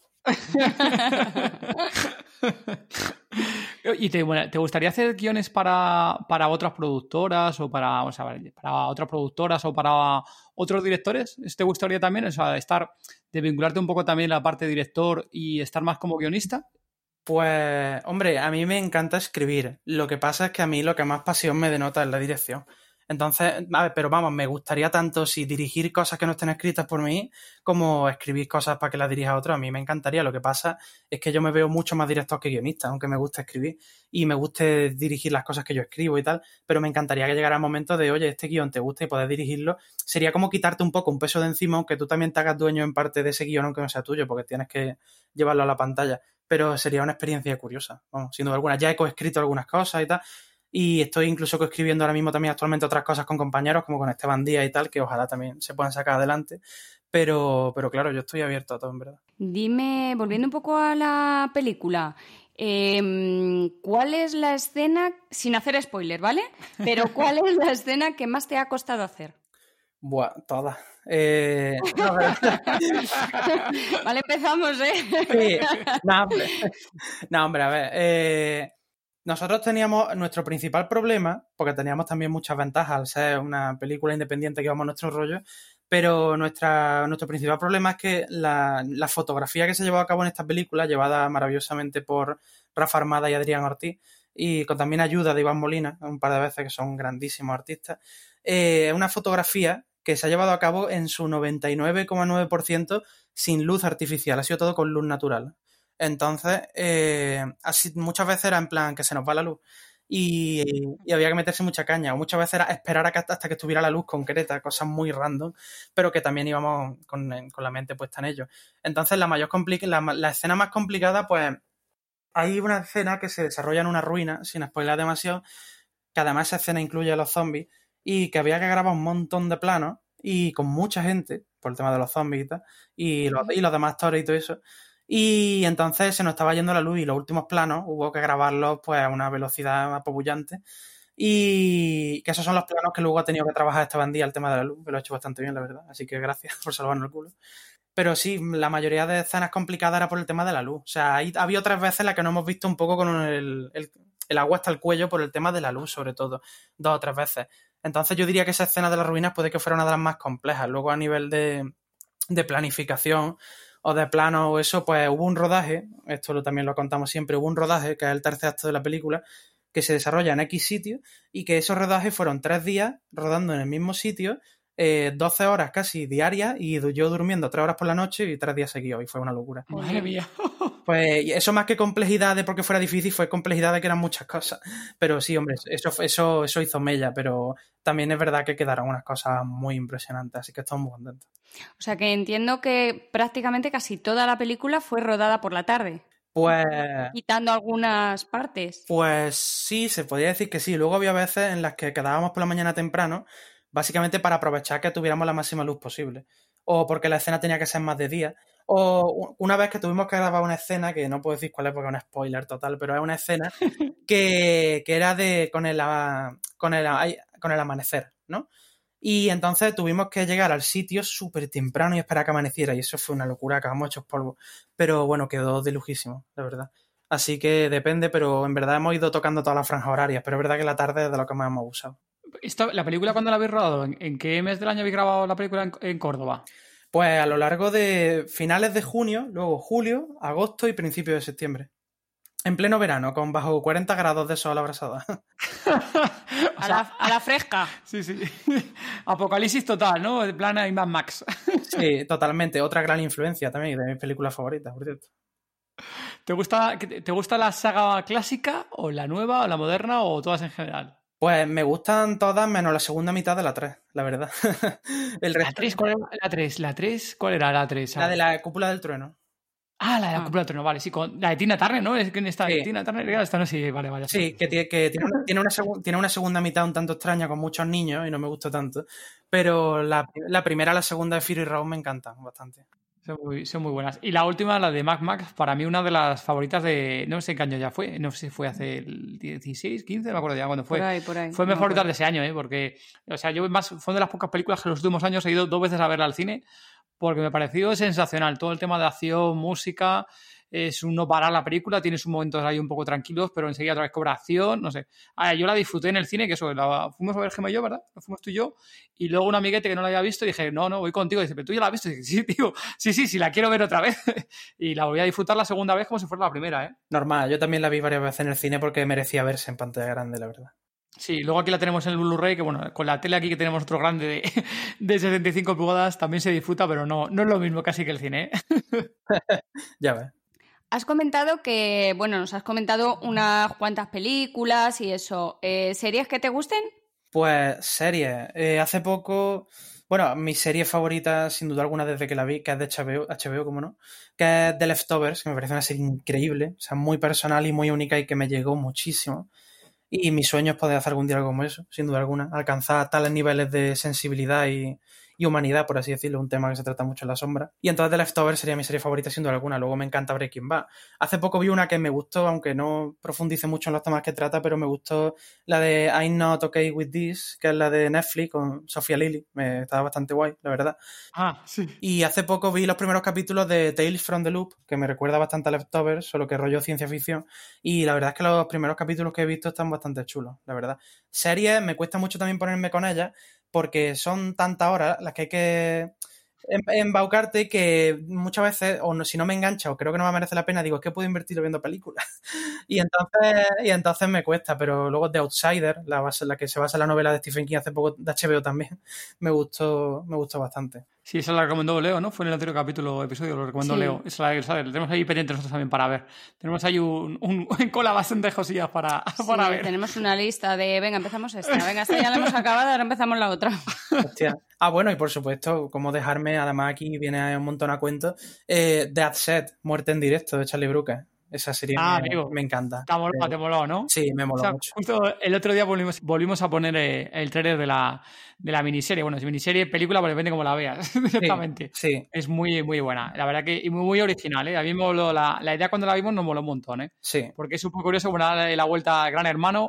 ¿Y te, bueno, te gustaría hacer guiones para, para otras productoras o para, o sea, para otras productoras o para otros directores? ¿Te gustaría también, o sea, estar, de vincularte un poco también a la parte de director y estar más como guionista? Pues, hombre, a mí me encanta escribir. Lo que pasa es que a mí lo que más pasión me denota es la dirección. Entonces, a ver, pero vamos, me gustaría tanto si dirigir cosas que no estén escritas por mí como escribir cosas para que las dirija otro. A mí me encantaría. Lo que pasa es que yo me veo mucho más director que guionista, aunque me gusta escribir y me guste dirigir las cosas que yo escribo y tal, pero me encantaría que llegara el momento de, oye, este guión te gusta y poder dirigirlo. Sería como quitarte un poco un peso de encima, aunque tú también te hagas dueño en parte de ese guión, aunque no sea tuyo, porque tienes que llevarlo a la pantalla. Pero sería una experiencia curiosa, vamos, sin duda alguna. Ya he coescrito algunas cosas y tal. Y estoy incluso coescribiendo ahora mismo también actualmente otras cosas con compañeros, como con Esteban Díaz y tal, que ojalá también se puedan sacar adelante. Pero, pero claro, yo estoy abierto a todo, en verdad. Dime, volviendo un poco a la película, eh, ¿cuál es la escena, sin hacer spoiler, ¿vale? Pero ¿cuál es la escena que más te ha costado hacer? Buah, todas. Eh, no, pero... Vale, empezamos, ¿eh? Sí, no, hombre. No, hombre, a ver. Eh... Nosotros teníamos nuestro principal problema, porque teníamos también muchas ventajas al ser una película independiente que íbamos a nuestro rollo, pero nuestra, nuestro principal problema es que la, la fotografía que se llevó a cabo en esta película, llevada maravillosamente por Rafa Armada y Adrián Ortiz, y con también ayuda de Iván Molina, un par de veces, que son grandísimos artistas, es eh, una fotografía que se ha llevado a cabo en su noventa y nueve coma nueve por ciento sin luz artificial, ha sido todo con luz natural. Entonces, eh, así muchas veces era en plan que se nos va la luz y, y había que meterse mucha caña. O muchas veces era esperar a que, hasta que estuviera la luz concreta, cosas muy random, pero que también íbamos con, con la mente puesta en ello. Entonces, la mayor complica- la, la escena más complicada, pues, hay una escena que se desarrolla en una ruina, sin spoiler demasiado, que además esa escena incluye a los zombies y que había que grabar un montón de planos y con mucha gente, por el tema de los zombies y tal, y los, y los demás actores y todo eso. Y entonces se nos estaba yendo la luz y los últimos planos hubo que grabarlos pues a una velocidad apabullante y que esos son los planos que luego ha tenido que trabajar esta bandilla el tema de la luz, que lo ha hecho bastante bien, la verdad, así que gracias por salvarnos el culo. Pero sí, la mayoría de escenas complicadas era por el tema de la luz. O sea, hay, había otras veces en las que nos hemos visto un poco con el, el, el agua hasta el cuello por el tema de la luz, sobre todo, dos o tres veces. Entonces yo diría que esa escena de las ruinas puede que fuera una de las más complejas. Luego a nivel de, de planificación o de plano o eso, pues hubo un rodaje, esto lo, también lo contamos siempre, hubo un rodaje, que es el tercer acto de la película, que se desarrolla en X sitio y que esos rodajes fueron tres días rodando en el mismo sitio, eh, doce horas casi diarias y yo durmiendo tres horas por la noche y tres días seguidos y fue una locura. Madre mía. Pues eso más que complejidad de porque fuera difícil, fue complejidad de que eran muchas cosas. Pero sí, hombre, eso, eso, eso hizo mella, pero también es verdad que quedaron unas cosas muy impresionantes, así que estamos muy contentos. O sea que entiendo que prácticamente casi toda la película fue rodada por la tarde. Pues... Quitando algunas partes. Pues sí, se podría decir que sí. Luego había veces en las que quedábamos por la mañana temprano, básicamente para aprovechar que tuviéramos la máxima luz posible. O porque la escena tenía que ser más de día. O una vez que tuvimos que grabar una escena, que no puedo decir cuál es porque es un spoiler total, pero es una escena que, que era de con el, con, el, con el amanecer, ¿no? Y entonces tuvimos que llegar al sitio súper temprano y esperar que amaneciera. Y eso fue una locura, acabamos hechos polvo. Pero bueno, quedó de lujísimo, la verdad. Así que depende, pero en verdad hemos ido tocando todas las franjas horarias. Pero es verdad que la tarde es de lo que más hemos usado. Esta, ¿La película cuándo la habéis rodado? ¿En, ¿En qué mes del año habéis grabado la película en, en Córdoba? Pues a lo largo de finales de junio, luego julio, agosto y principios de septiembre. En pleno verano, con bajo cuarenta grados de sol abrasado. a, la, a la fresca. Sí, sí. Apocalipsis total, ¿no? De plan hay Mad Max. Sí, totalmente. Otra gran influencia también de mis películas favoritas, por cierto. ¿Te gusta, ¿Te gusta la saga clásica o la nueva o la moderna o todas en general? Pues me gustan todas menos la segunda mitad de la tres, la verdad. El resto... ¿La tres? ¿Cuál era la tres? ¿La tres? ¿Cuál era la tres? La de la Cúpula del Trueno. Ah, la de la ah. Cúpula del Trueno, vale, sí, con la de Tina Turner, ¿no? Es que en esta sí. Tina Turner, esta no, sí, vale, vale. Sí, que, tiene, que tiene, una, tiene, una segu- tiene una segunda mitad un tanto extraña con muchos niños y no me gusta tanto, pero la, la primera y la segunda de Fury Road me encantan bastante. Son muy, son muy buenas. Y la última, la de Mad Max, para mí una de las favoritas de... No sé qué año ya fue, no sé si fue hace el dieciséis, quince, no me acuerdo ya cuándo fue. Por ahí, por ahí. Fue mi no favorita de ese año, ¿eh? Porque, o sea, yo más fue una de las pocas películas que en los últimos años he ido dos veces a verla al cine porque me pareció sensacional. Todo el tema de acción, música, es un no parar la película, tiene sus momentos ahí un poco tranquilos, pero enseguida otra vez cobra acción, no sé. Ah, yo la disfruté en el cine, que eso, la fuimos a ver Gemma y yo, ¿verdad? La fuimos tú y yo, y luego un amiguete que no la había visto y dije, no, no, voy contigo. Y dice, pero tú ya la has visto. Y dije, sí, tío, sí, sí, sí, la quiero ver otra vez. Y la volví a disfrutar la segunda vez como si fuera la primera, ¿eh? Normal, yo también la vi varias veces en el cine porque merecía verse en pantalla grande, la verdad. Sí, luego aquí la tenemos en el Blu-ray, que bueno, con la tele aquí que tenemos otro grande de, de sesenta y cinco pulgadas también se disfruta, pero no, no es lo mismo casi que el cine, ¿eh? Ya ves. Has comentado que, bueno, nos has comentado unas cuantas películas y eso. Eh, ¿Series que te gusten? Pues series. Eh, hace poco, bueno, mi serie favorita, sin duda alguna, desde que la vi, que es de H B O, H B O, como no, que es The Leftovers, que me parece una serie increíble, o sea, muy personal y muy única y que me llegó muchísimo. Y mi sueño es poder hacer algún día algo como eso, sin duda alguna. Alcanzar tales niveles de sensibilidad y, y humanidad, por así decirlo, un tema que se trata mucho en la sombra. Y entonces The Leftovers sería mi serie favorita, sin duda alguna. Luego me encanta Breaking Bad. Hace poco vi una que me gustó, aunque no profundice mucho en los temas que trata, pero me gustó la de I'm Not Okay With This, que es la de Netflix con Sofía Lilly. Me estaba bastante guay, la verdad. Ah, sí. Y hace poco vi los primeros capítulos de Tales from the Loop, que me recuerda bastante a Leftovers, solo que rollo ciencia ficción. Y la verdad es que los primeros capítulos que he visto están bastante chulos, la verdad. Series, me cuesta mucho también ponerme con ellas, porque son tantas horas las que hay que embaucarte que muchas veces, o no, si no me engancha o creo que no me merece la pena, digo, es que puedo invertirlo viendo películas. y entonces y entonces me cuesta, pero luego The Outsider, la, base, la que se basa en la novela de Stephen King hace poco, de H B O también, me gustó, me gustó bastante. Sí, esa la recomendó Leo, ¿no? Fue en el anterior capítulo, episodio, lo recomendó sí. Leo. Esa la, esa, la tenemos ahí pendiente nosotros también para ver. Tenemos ahí un, un, un cola bastante cosillas para, sí, para ver. Tenemos una lista de, venga, empezamos esta, venga, esta ya la hemos acabado, ahora empezamos la otra. Hostia. Ah, bueno, y por supuesto, como dejarme, además aquí viene un montón a cuento, eh, Dead Set, Muerte en Directo, de Charlie Brooker. Esa serie ah, me, amigo. me encanta. Te moló, te moló, ¿no? Sí, me moló o sea, mucho. Justo el otro día volvimos, volvimos a poner eh, el trailer de la, de la miniserie. Bueno, es miniserie, película, pero depende cómo la veas directamente. Sí, sí. Es muy, muy buena. La verdad que y muy, muy original, ¿eh? A mí me moló la, la idea cuando la vimos nos moló un montón, ¿eh? Sí. Porque es un poco curioso como darle la vuelta al Gran Hermano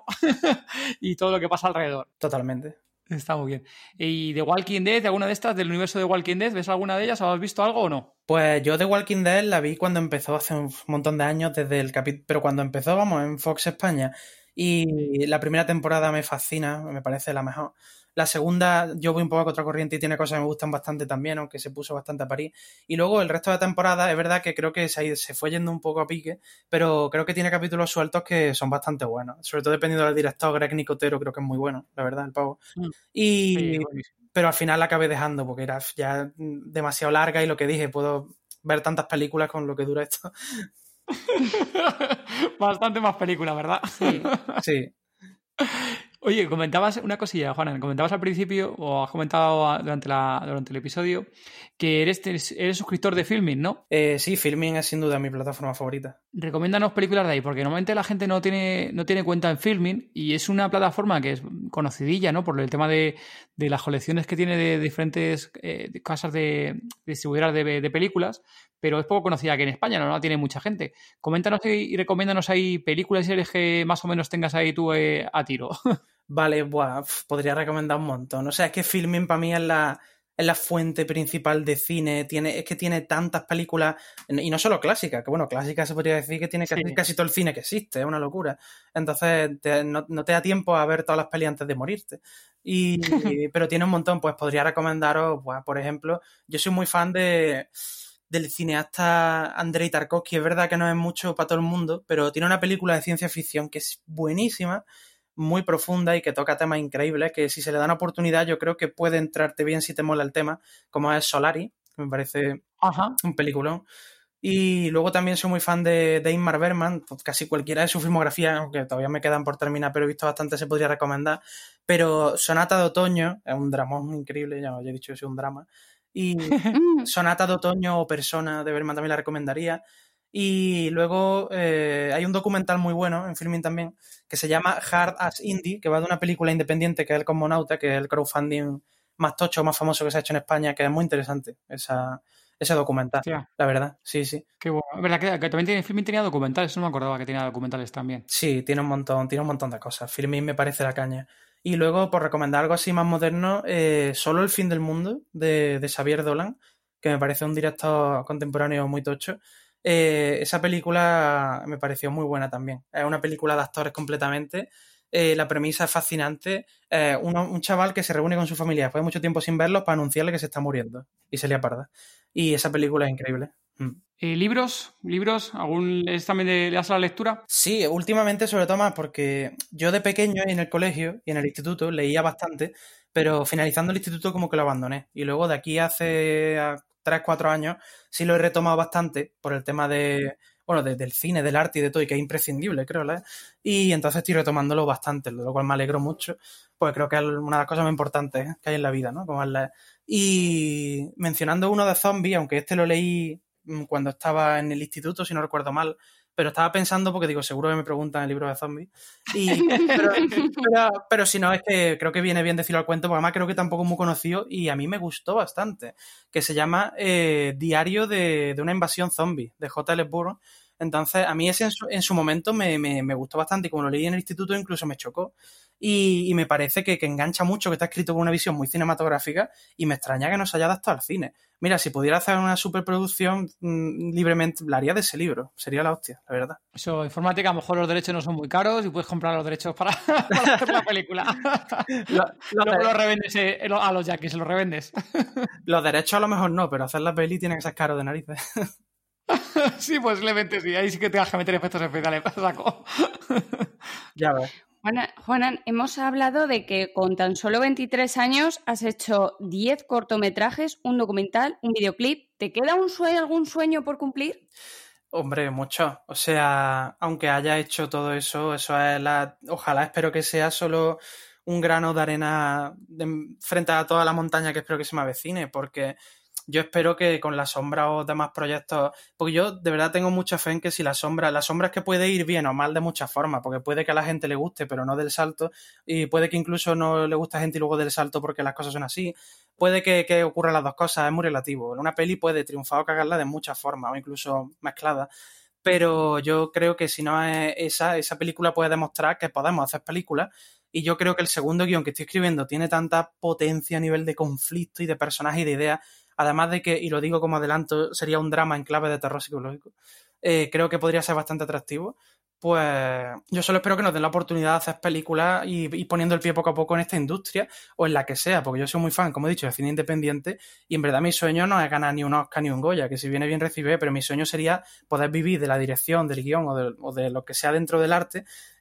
y todo lo que pasa alrededor. Totalmente. Está muy bien. ¿Y de Walking Dead, de alguna de estas, del universo de Walking Dead, ves alguna de ellas? ¿Has visto algo o no? Pues yo de Walking Dead la vi cuando empezó hace un montón de años, desde el capítulo, pero cuando empezó, vamos, en Fox España. Y la primera temporada me fascina, me parece la mejor. La segunda, yo voy un poco a contracorriente y tiene cosas que me gustan bastante también, aunque se puso bastante a parir. Y luego el resto de la temporada, es verdad que creo que se, se fue yendo un poco a pique, pero creo que tiene capítulos sueltos que son bastante buenos. Sobre todo dependiendo del director, Greg Nicotero, creo que es muy bueno, la verdad, el pavo. Mm. Y... Sí, pero al final la acabé dejando porque era ya demasiado larga y lo que dije, puedo ver tantas películas con lo que dura esto. Bastante más película, ¿verdad? Sí, sí. Oye, comentabas una cosilla, Juana, comentabas al principio, o has comentado durante, la, durante el episodio, que eres, eres suscriptor de Filmin, ¿no? Eh, sí, Filmin es sin duda mi plataforma favorita. Recomiéndanos películas de ahí, porque normalmente la gente no tiene, no tiene cuenta en Filmin y es una plataforma que es conocidilla, ¿no? Por el tema de, de las colecciones que tiene de diferentes eh, de casas de distribuidoras de, de películas, pero es poco conocida aquí en España, no, no la tiene mucha gente. Coméntanos y, y recomiéndanos ahí películas y series que más o menos tengas ahí tú eh, a tiro. Vale, buah, podría recomendar un montón. O sea, es que Filmin para mí es la, es la fuente principal de cine. Tiene, es que tiene tantas películas, y no solo clásicas, que bueno, clásicas se podría decir que tiene casi, sí. casi todo el cine que existe, es una locura. Entonces, te, no, no te da tiempo a ver todas las pelis antes de morirte. Y, pero tiene un montón, pues podría recomendaros, buah, por ejemplo, yo soy muy fan de... del cineasta Andrei Tarkovsky. Es verdad que no es mucho para todo el mundo, pero tiene una película de ciencia ficción que es buenísima, muy profunda y que toca temas increíbles, que si se le da una oportunidad yo creo que puede entrarte bien si te mola el tema, como es Solari, que me parece Ajá. un peliculón. Y luego también soy muy fan de, de Ingmar Bergman, pues casi cualquiera de su filmografía, aunque todavía me quedan por terminar, pero he visto bastante, se podría recomendar. Pero Sonata de Otoño es un dramón increíble, ya os he dicho que es un drama. Y Sonata de Otoño o Persona de Bergman también la recomendaría. Y luego eh, hay un documental muy bueno en Filmin también que se llama Hard as Indie, que va de una película independiente que es El Cosmonauta, que es el crowdfunding más tocho, más famoso que se ha hecho en España, que es muy interesante esa, ese documental, Tía. La verdad, sí, sí. Qué bueno. Es verdad que, que también tiene, Filmin tenía documentales, no me acordaba que tenía documentales también. Sí, tiene un montón, tiene un montón de cosas. Filmin me parece la caña. Y luego, por recomendar algo así más moderno, eh, Solo el fin del mundo, de, de Xavier Dolan, que me parece un director contemporáneo muy tocho. Eh, esa película me pareció muy buena también. Es una película de actores completamente. Eh, la premisa es fascinante. Eh, uno, un chaval que se reúne con su familia después de mucho tiempo sin verlos para anunciarle que se está muriendo. Y se lía parda. Y esa película es increíble. Mm. ¿Y libros? ¿Libros? ¿Algún es también de, le das a la lectura? Sí, últimamente sobre todo más porque yo de pequeño en el colegio y en el instituto leía bastante, pero finalizando el instituto como que lo abandoné. Y luego de aquí hace tres, cuatro años sí lo he retomado bastante por el tema de, bueno, de, del cine, del arte y de todo, y que es imprescindible, creo, ¿verdad? Y entonces estoy retomándolo bastante, de lo cual me alegro mucho, pues creo que es una de las cosas más importantes que hay en la vida, ¿no? Como es la... Y mencionando uno de zombies, aunque este lo leí cuando estaba en el instituto, si no recuerdo mal, pero estaba pensando, porque digo, seguro que me preguntan el libro de zombies, y, pero, pero, pero si no, es que creo que viene bien decirlo al cuento, porque además creo que tampoco es muy conocido y a mí me gustó bastante, que se llama eh, Diario de, de una invasión zombie, de J L Burroughs. Entonces, a mí ese en su, en su momento me, me, me gustó bastante y como lo leí en el instituto incluso me chocó. Y, y me parece que, que engancha mucho, que está escrito con una visión muy cinematográfica y me extraña que no se haya adaptado al cine. Mira, si pudiera hacer una superproducción mmm, libremente, la haría de ese libro. Sería la hostia, la verdad. Eso, informática, a lo mejor los derechos no son muy caros y puedes comprar los derechos para, para hacer la película. lo, lo Luego los revendes eh, a los yaquis, los revendes. Los derechos a lo mejor no, pero hacer la peli tiene que ser caro de narices. Sí, posiblemente sí. Ahí sí que tengas que meter efectos especiales, saco. Ya ves. Juana, Juanan, hemos hablado de que con tan solo veintitrés años has hecho diez cortometrajes, un documental, un videoclip. ¿Te queda un sueño, algún sueño por cumplir? Hombre, mucho. O sea, aunque haya hecho todo eso, eso es la... Ojalá, espero que sea solo un grano de arena de... frente a toda la montaña que espero que se me avecine, porque... Yo espero que con La Sombra o demás proyectos, porque yo de verdad tengo mucha fe en que si La Sombra, La Sombra es que puede ir bien o mal de muchas formas, porque puede que a la gente le guste, pero no del salto, y puede que incluso no le guste a gente y luego del salto porque las cosas son así, puede que, que ocurran las dos cosas, es muy relativo. Una peli puede triunfar o cagarla de muchas formas, o incluso mezclada, pero yo creo que si no es esa, esa película puede demostrar que podemos hacer películas. Y yo creo que el segundo guión que estoy escribiendo tiene tanta potencia a nivel de conflicto y de personaje y de ideas, además de que, y lo digo como adelanto, sería un drama en clave de terror psicológico, eh, creo que podría ser bastante atractivo. Pues yo solo espero que nos den la oportunidad de hacer películas y ir poniendo el pie poco a poco en esta industria o en la que sea, porque yo soy muy fan, como he dicho, de cine independiente y en verdad mi sueño no es ganar ni un Oscar ni un Goya, que si viene bien recibir, pero mi sueño sería poder vivir de la dirección, del guión o de, o de lo que sea dentro del arte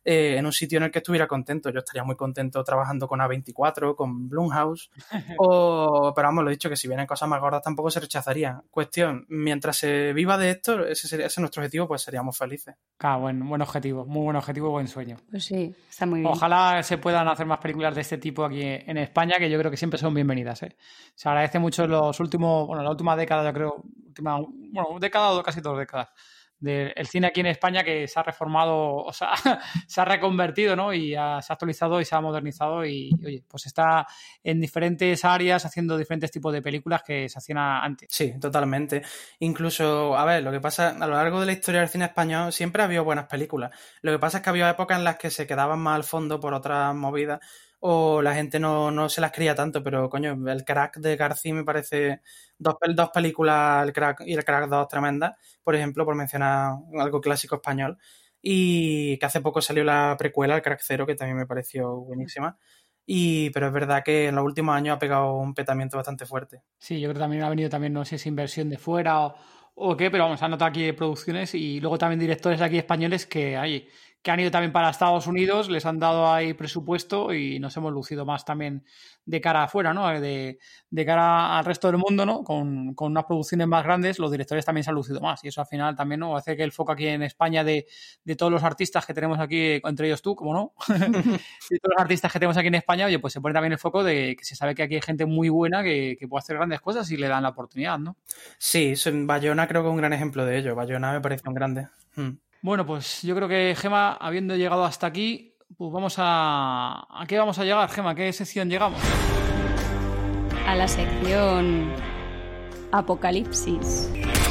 eh, en un sitio en el que estuviera contento. Yo estaría muy contento trabajando con A veinticuatro, con Blumhouse, o, pero vamos, lo he dicho, que si vienen cosas más gordas tampoco se rechazarían. Cuestión, mientras se viva de esto, ese, sería, ese es nuestro objetivo, pues seríamos felices. Ah, buen, buen objetivo, muy buen objetivo, buen sueño. Pues sí, está muy bien. Ojalá se puedan hacer más películas de este tipo aquí en España, que yo creo que siempre son bienvenidas, ¿eh? Se agradece mucho en los últimos, bueno, la última década, yo creo, última, bueno, década o casi dos décadas, del cine aquí en España, que se ha reformado, o sea, se ha reconvertido, ¿no? Y ha, se ha actualizado y se ha modernizado y, oye, pues está en diferentes áreas haciendo diferentes tipos de películas que se hacían antes. Sí, totalmente. Incluso, a ver, lo que pasa, a lo largo de la historia del cine español siempre ha habido buenas películas. Lo que pasa es que había épocas en las que se quedaban más al fondo por otras movidas o la gente no, no se las creía tanto, pero coño, El Crack de García me parece dos, dos películas, El Crack y El Crack dos tremendas, por ejemplo, por mencionar algo clásico español, y que hace poco salió la precuela, El Crack Cero, que también me pareció buenísima, y pero es verdad que en los últimos años ha pegado un petamiento bastante fuerte. Sí, yo creo que también ha venido también, no sé si inversión de fuera o, o qué, pero vamos, se han notado aquí producciones y luego también directores aquí españoles que hay... que han ido también para Estados Unidos, les han dado ahí presupuesto y nos hemos lucido más también de cara afuera, ¿no? De, de cara al resto del mundo, ¿no? Con, con unas producciones más grandes, los directores también se han lucido más y eso al final también, ¿no? Hace que el foco aquí en España de, de todos los artistas que tenemos aquí, entre ellos tú, como no, de todos los artistas que tenemos aquí en España, oye, pues se pone también el foco de que se sabe que aquí hay gente muy buena que, que puede hacer grandes cosas y le dan la oportunidad, ¿no? Sí, Bayona creo que es un gran ejemplo de ello. Bayona me parece un grande. Hmm. Bueno, pues yo creo que, Gema, habiendo llegado hasta aquí, pues vamos a... ¿A qué vamos a llegar, Gema? ¿A qué sección llegamos? A la sección Apocalipsis.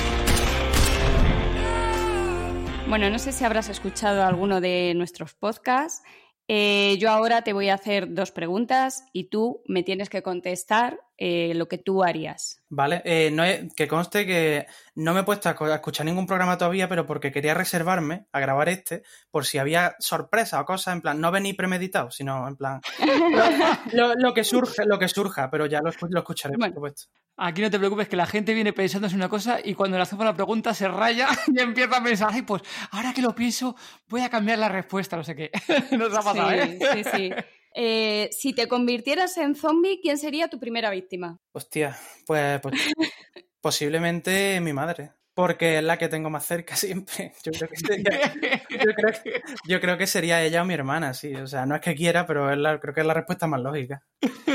Bueno, no sé si habrás escuchado alguno de nuestros podcasts. Eh, yo ahora te voy a hacer dos preguntas y tú me tienes que contestar eh, lo que tú harías. Vale, eh, no es, que conste que no me he puesto a escuchar ningún programa todavía, pero porque quería reservarme a grabar este por si había sorpresas o cosas, en plan, no venir premeditado, sino en plan, lo, lo, lo que surge, lo que surja, pero ya lo, lo escucharé, bueno, por supuesto. Aquí no te preocupes, que la gente viene pensándose una cosa y cuando le hacemos la pregunta se raya y empieza a pensar, ay, pues ahora que lo pienso voy a cambiar la respuesta, no sé qué. Nos ha pasado, sí, ¿eh? Sí, sí. Eh, si te convirtieras en zombie, ¿quién sería tu primera víctima? Hostia, pues, pues posiblemente mi madre, porque es la que tengo más cerca siempre. Yo creo que sería, yo creo que, yo creo que sería ella o mi hermana, sí. O sea, no es que quiera, pero es la, creo que es la respuesta más lógica.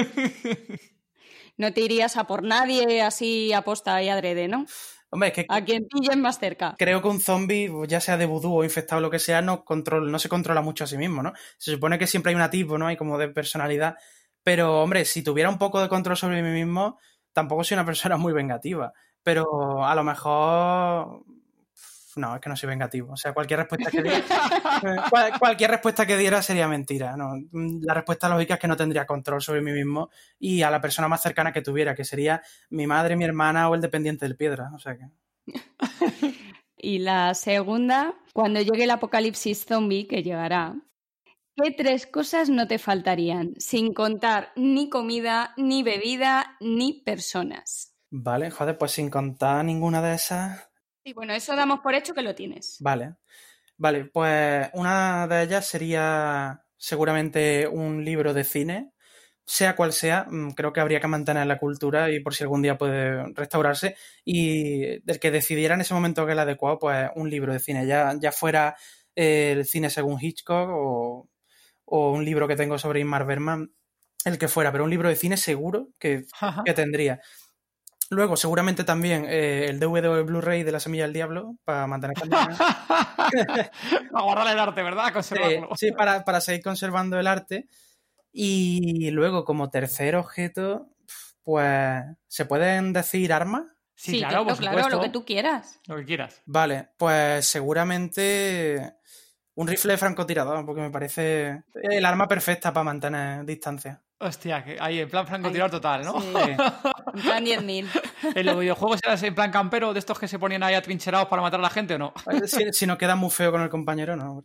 No te irías a por nadie así aposta y adrede, ¿no? Hombre, es que a quien pillen más cerca. Creo que un zombie, ya sea de vudú o infectado o lo que sea, no, control, no se controla mucho a sí mismo, ¿no? Se supone que siempre hay un tipo, ¿no? Hay como de personalidad. Pero, hombre, si tuviera un poco de control sobre mí mismo, tampoco soy una persona muy vengativa. Pero a lo mejor... No, es que no soy vengativo. O sea, cualquier respuesta que diera, cual, cualquier respuesta que diera sería mentira, ¿no? La respuesta lógica es que no tendría control sobre mí mismo y a la persona más cercana que tuviera, que sería mi madre, mi hermana o el dependiente del Piedra. O sea que... Y la segunda, cuando llegue el apocalipsis zombie, que llegará, ¿qué tres cosas no te faltarían? Sin contar ni comida, ni bebida, ni personas. Vale, joder, pues sin contar ninguna de esas... Y bueno, eso damos por hecho que lo tienes. Vale, vale, pues una de ellas sería seguramente un libro de cine, sea cual sea, creo que habría que mantener la cultura y por si algún día puede restaurarse y del que decidiera en ese momento que es el adecuado, pues un libro de cine, ya, ya fuera el cine según Hitchcock o, o un libro que tengo sobre Ingmar Bergman, el que fuera, pero un libro de cine seguro que, que tendría. Luego, seguramente también eh, el D V D o el Blu-ray de La Semilla del Diablo para mantener también... Para guardar el arte, ¿verdad? Conservarlo. Sí, sí para, para seguir conservando el arte. Y luego, como tercer objeto, pues, ¿se pueden decir armas? Sí, sí, claro, claro, por claro, lo que tú quieras. Lo que quieras. Vale, pues seguramente un rifle de francotirador, porque me parece el arma perfecta para mantener distancia. Hostia, que ahí en plan francotirador total, ¿no? Sí. En plan diez mil. ¿En los videojuegos eras en plan campero de estos que se ponían ahí atrincherados para matar a la gente o no? Si, si no queda muy feo con el compañero, no.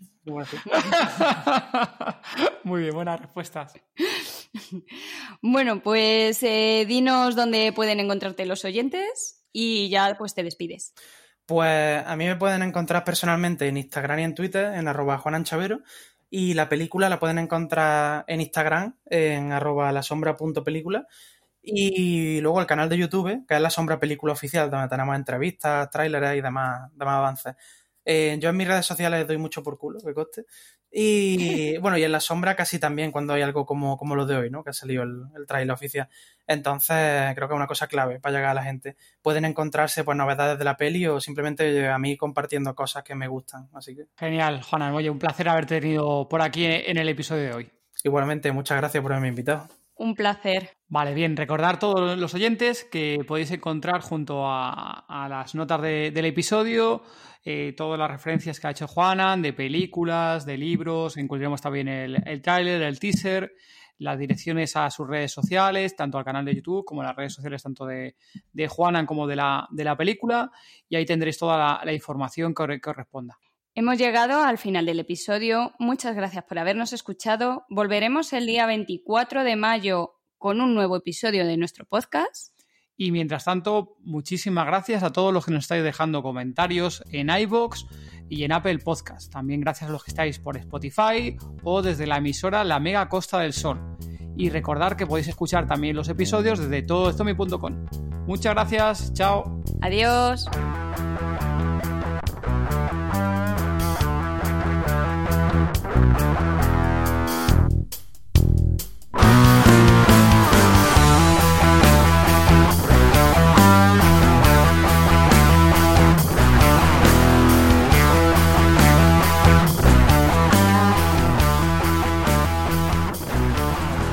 Muy bien, buenas respuestas. Bueno, pues eh, dinos dónde pueden encontrarte los oyentes y ya pues te despides. Pues a mí me pueden encontrar personalmente en Instagram y en Twitter, en arroba juananchavero. Y la película la pueden encontrar en Instagram, en arroba lasombra.película. Y luego el canal de YouTube, que es La Sombra Película Oficial, donde tenemos entrevistas, tráileres y demás, demás avances. Eh, yo en mis redes sociales doy mucho por culo, que coste. Y bueno, y en La Sombra casi también cuando hay algo como, como lo de hoy, ¿no? Que ha salido el, el tráiler oficial. Entonces creo que es una cosa clave para llegar a la gente. Pueden encontrarse pues novedades de la peli o simplemente a mí compartiendo cosas que me gustan. Así que genial, Juanan. Oye, un placer haberte tenido por aquí en el episodio de hoy. Igualmente, muchas gracias por haberme invitado. Un placer. Vale, bien, recordar a todos los oyentes que podéis encontrar junto a, a las notas de, del episodio eh, todas las referencias que ha hecho Juanan de películas, de libros, encontraremos también el, el tráiler, el teaser, las direcciones a sus redes sociales, tanto al canal de YouTube como a las redes sociales tanto de, de Juanan como de la, de la película, y ahí tendréis toda la, la información que corresponda. Hemos llegado al final del episodio. Muchas gracias por habernos escuchado. Volveremos el día veinticuatro de mayo con un nuevo episodio de nuestro podcast. Y mientras tanto, muchísimas gracias a todos los que nos estáis dejando comentarios en iVoox y en Apple Podcast. También gracias a los que estáis por Spotify o desde la emisora La Mega Costa del Sol. Y recordar que podéis escuchar también los episodios desde todo esto mi punto com. Muchas gracias. Chao. Adiós.